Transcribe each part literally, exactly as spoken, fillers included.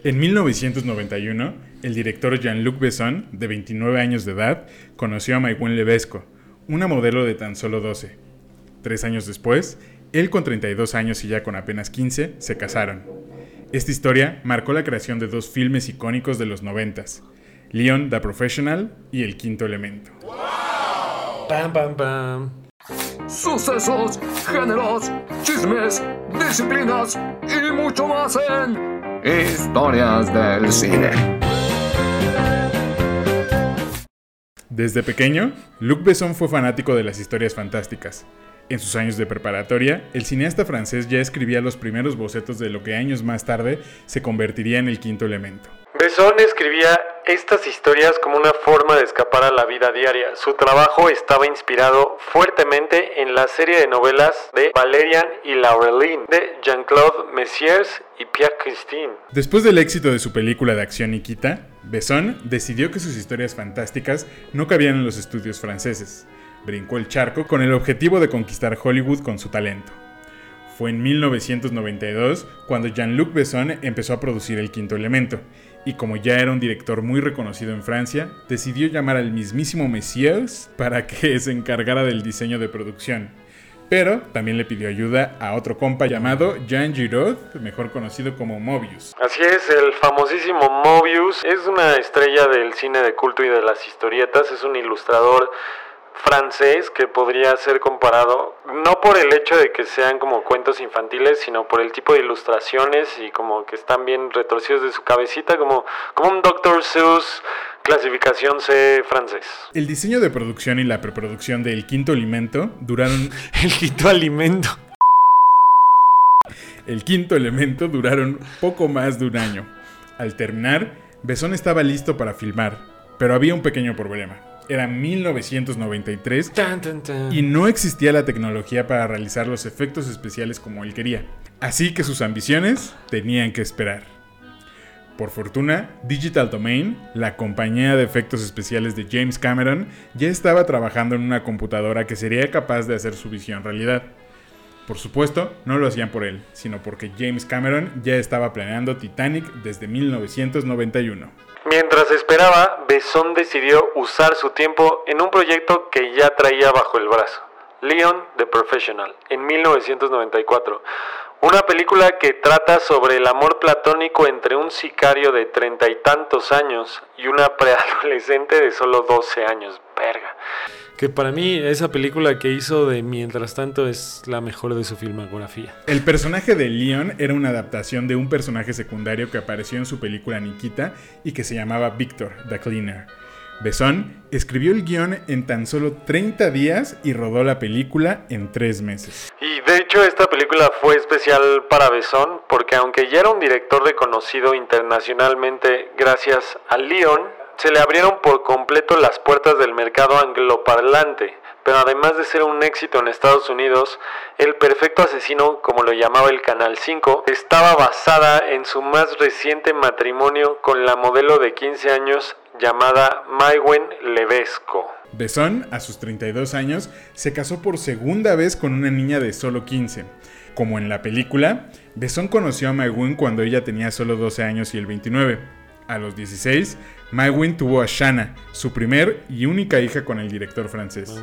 En mil novecientos noventa y uno, el director Jean-Luc Besson, de veintinueve años de edad, conoció a Maïwenn Levesque, una modelo de tan solo doce. Tres años después, él con treinta y dos años y ya con apenas quince, se casaron. Esta historia marcó la creación de dos filmes icónicos de los noventas, Leon the Professional y El Quinto Elemento. Wow. Pam, pam, pam. Sucesos, géneros, chismes, disciplinas y mucho más en Historias del Cine. Desde pequeño, Luc Besson fue fanático de las historias fantásticas. En sus años de preparatoria, el cineasta francés ya escribía los primeros bocetos de lo que años más tarde se convertiría en El Quinto Elemento. Besson escribía estas historias como una forma de escapar a la vida diaria. Su trabajo estaba inspirado fuertemente en la serie de novelas de Valérian y Laureline de Jean-Claude Messières y Pierre Christine. Después del éxito de su película de acción Nikita, Besson decidió que sus historias fantásticas no cabían en los estudios franceses. Brincó el charco con el objetivo de conquistar Hollywood con su talento. Fue en mil novecientos noventa y dos cuando Jean-Luc Besson empezó a producir El Quinto Elemento, y como ya era un director muy reconocido en Francia, decidió llamar al mismísimo Messières para que se encargara del diseño de producción. Pero también le pidió ayuda a otro compa llamado Jean Giraud, mejor conocido como Mobius. Así es, el famosísimo Mobius es una estrella del cine de culto y de las historietas, es un ilustrador francés que podría ser comparado no por el hecho de que sean como cuentos infantiles, sino por el tipo de ilustraciones y como que están bien retorcidos de su cabecita, como, como un doctor Seuss clasificación C francés. El diseño de producción y la preproducción de El Quinto Elemento duraron... El Quinto Alimento. El Quinto Elemento duraron poco más de un año. Al terminar, Besson estaba listo para filmar, pero había un pequeño problema. Era mil novecientos noventa y tres Tan, tan, tan. y no existía la tecnología para realizar los efectos especiales como él quería. Así que sus ambiciones tenían que esperar. Por fortuna, Digital Domain, la compañía de efectos especiales de James Cameron, ya estaba trabajando en una computadora que sería capaz de hacer su visión realidad. Por supuesto, no lo hacían por él, sino porque James Cameron ya estaba planeando Titanic desde mil novecientos noventa y uno. Mientras esperaba, Besson decidió usar su tiempo en un proyecto que ya traía bajo el brazo, Leon the Professional, en mil novecientos noventa y cuatro. Una película que trata sobre el amor platónico entre un sicario de treinta y tantos años y una preadolescente de solo doce años. Verga. Que para mí esa película que hizo de Mientras Tanto es la mejor de su filmografía. El personaje de Leon era una adaptación de un personaje secundario que apareció en su película Nikita y que se llamaba Victor, the Cleaner. Besson escribió el guión en tan solo treinta días y rodó la película en tres meses. Y de hecho esta película fue especial para Besson porque aunque ya era un director reconocido internacionalmente gracias a Leon, se le abrieron por completo las puertas del mercado angloparlante, pero además de ser un éxito en Estados Unidos, El Perfecto Asesino, como lo llamaba el Canal cinco, estaba basada en su más reciente matrimonio con la modelo de quince años llamada Maïwenn Levesque. Besson, a sus treinta y dos años, se casó por segunda vez con una niña de solo quince. Como en la película, Besson conoció a Maïwenn cuando ella tenía solo doce años y él veintinueve. A los dieciséis, Maïwenn tuvo a Shanna, su primer y única hija con el director francés.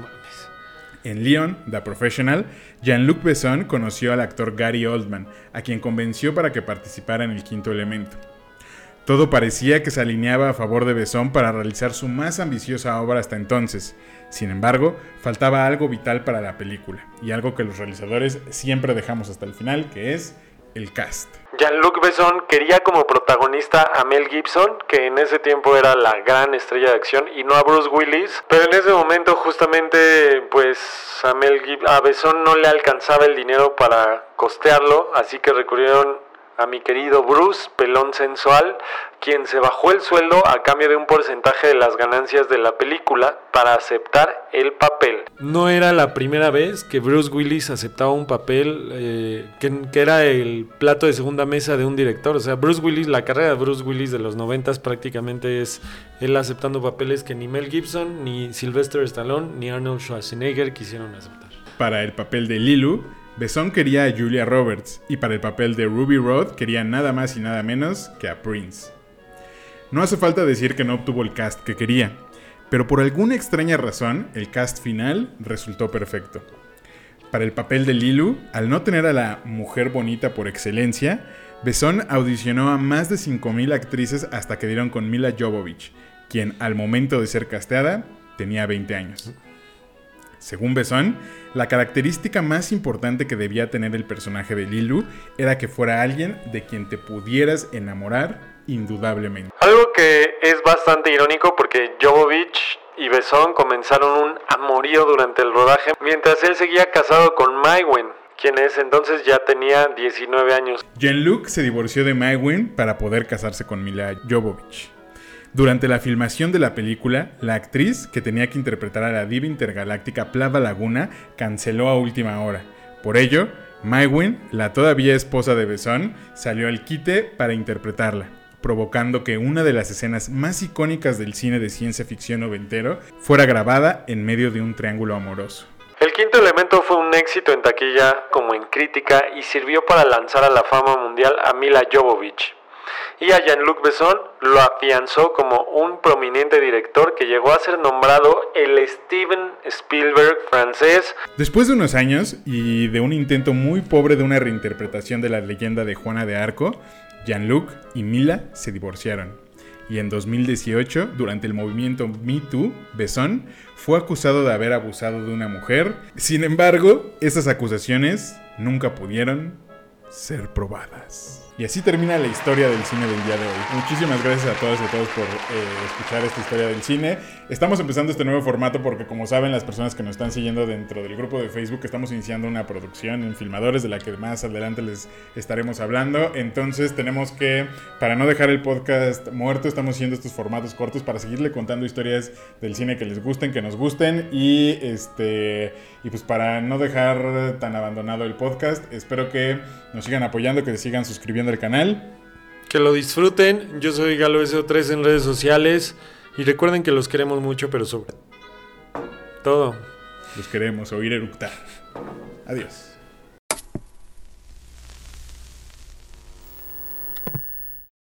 En Leon, The Professional, Jean-Luc Besson conoció al actor Gary Oldman, a quien convenció para que participara en El Quinto Elemento. Todo parecía que se alineaba a favor de Besson para realizar su más ambiciosa obra hasta entonces. Sin embargo, faltaba algo vital para la película, y algo que los realizadores siempre dejamos hasta el final, que es el cast. Jean-Luc Besson quería como protagonista a Mel Gibson, que en ese tiempo era la gran estrella de acción, y no a Bruce Willis, pero en ese momento justamente pues a, Mel Gib- a Besson no le alcanzaba el dinero para costearlo, así que recurrieron a mi querido Bruce, pelón sensual, quien se bajó el sueldo a cambio de un porcentaje de las ganancias de la película para aceptar el papel. No era la primera vez que Bruce Willis aceptaba un papel eh, que, que era el plato de segunda mesa de un director. O sea, Bruce Willis, la carrera de Bruce Willis de los noventas prácticamente es él aceptando papeles que ni Mel Gibson, ni Sylvester Stallone, ni Arnold Schwarzenegger quisieron aceptar. Para el papel de Lilu, Besson quería a Julia Roberts y para el papel de Ruby Rhod quería nada más y nada menos que a Prince. No hace falta decir que no obtuvo el cast que quería, pero por alguna extraña razón el cast final resultó perfecto. Para el papel de Lilu, al no tener a la mujer bonita por excelencia, Besson audicionó a más de cinco mil actrices hasta que dieron con Milla Jovovich, quien al momento de ser casteada tenía veinte años. Según Besson, la característica más importante que debía tener el personaje de Lilu era que fuera alguien de quien te pudieras enamorar indudablemente. Algo que es bastante irónico porque Jovovich y Besson comenzaron un amorío durante el rodaje mientras él seguía casado con Mai Wen, quien es entonces ya tenía diecinueve años. Jean-Luc se divorció de Mai Wen para poder casarse con Milla Jovovich. Durante la filmación de la película, la actriz que tenía que interpretar a la diva intergaláctica Plava Laguna canceló a última hora. Por ello, Mai Wen, la todavía esposa de Besson, salió al quite para interpretarla, provocando que una de las escenas más icónicas del cine de ciencia ficción noventero fuera grabada en medio de un triángulo amoroso. El quinto elemento fue un éxito en taquilla como en crítica y sirvió para lanzar a la fama mundial a Milla Jovovich. Y a Jean-Luc Besson lo afianzó como un prominente director que llegó a ser nombrado el Steven Spielberg francés. Después de unos años y de un intento muy pobre de una reinterpretación de la leyenda de Juana de Arco, Jean-Luc y Milla se divorciaron. Y en dos mil dieciocho, durante el movimiento Me Too, Besson fue acusado de haber abusado de una mujer. Sin embargo, esas acusaciones nunca pudieron ser probadas. Y así termina la historia del cine del día de hoy. Muchísimas gracias a todas y a todos por eh, escuchar esta historia del cine. Estamos empezando este nuevo formato porque, como saben las personas que nos están siguiendo dentro del grupo de Facebook, estamos iniciando una producción en Filmadores de la que más adelante les estaremos hablando. Entonces tenemos que, para no dejar el podcast muerto, estamos haciendo estos formatos cortos para seguirle contando historias del cine que les gusten, que nos gusten y este y pues para no dejar tan abandonado el podcast. Espero que nos sigan apoyando, que se sigan suscribiendo al canal. Que lo disfruten. Yo soy Galo S O tres en redes sociales. Y recuerden que los queremos mucho, pero sobre todo los queremos oír eructar. Adiós.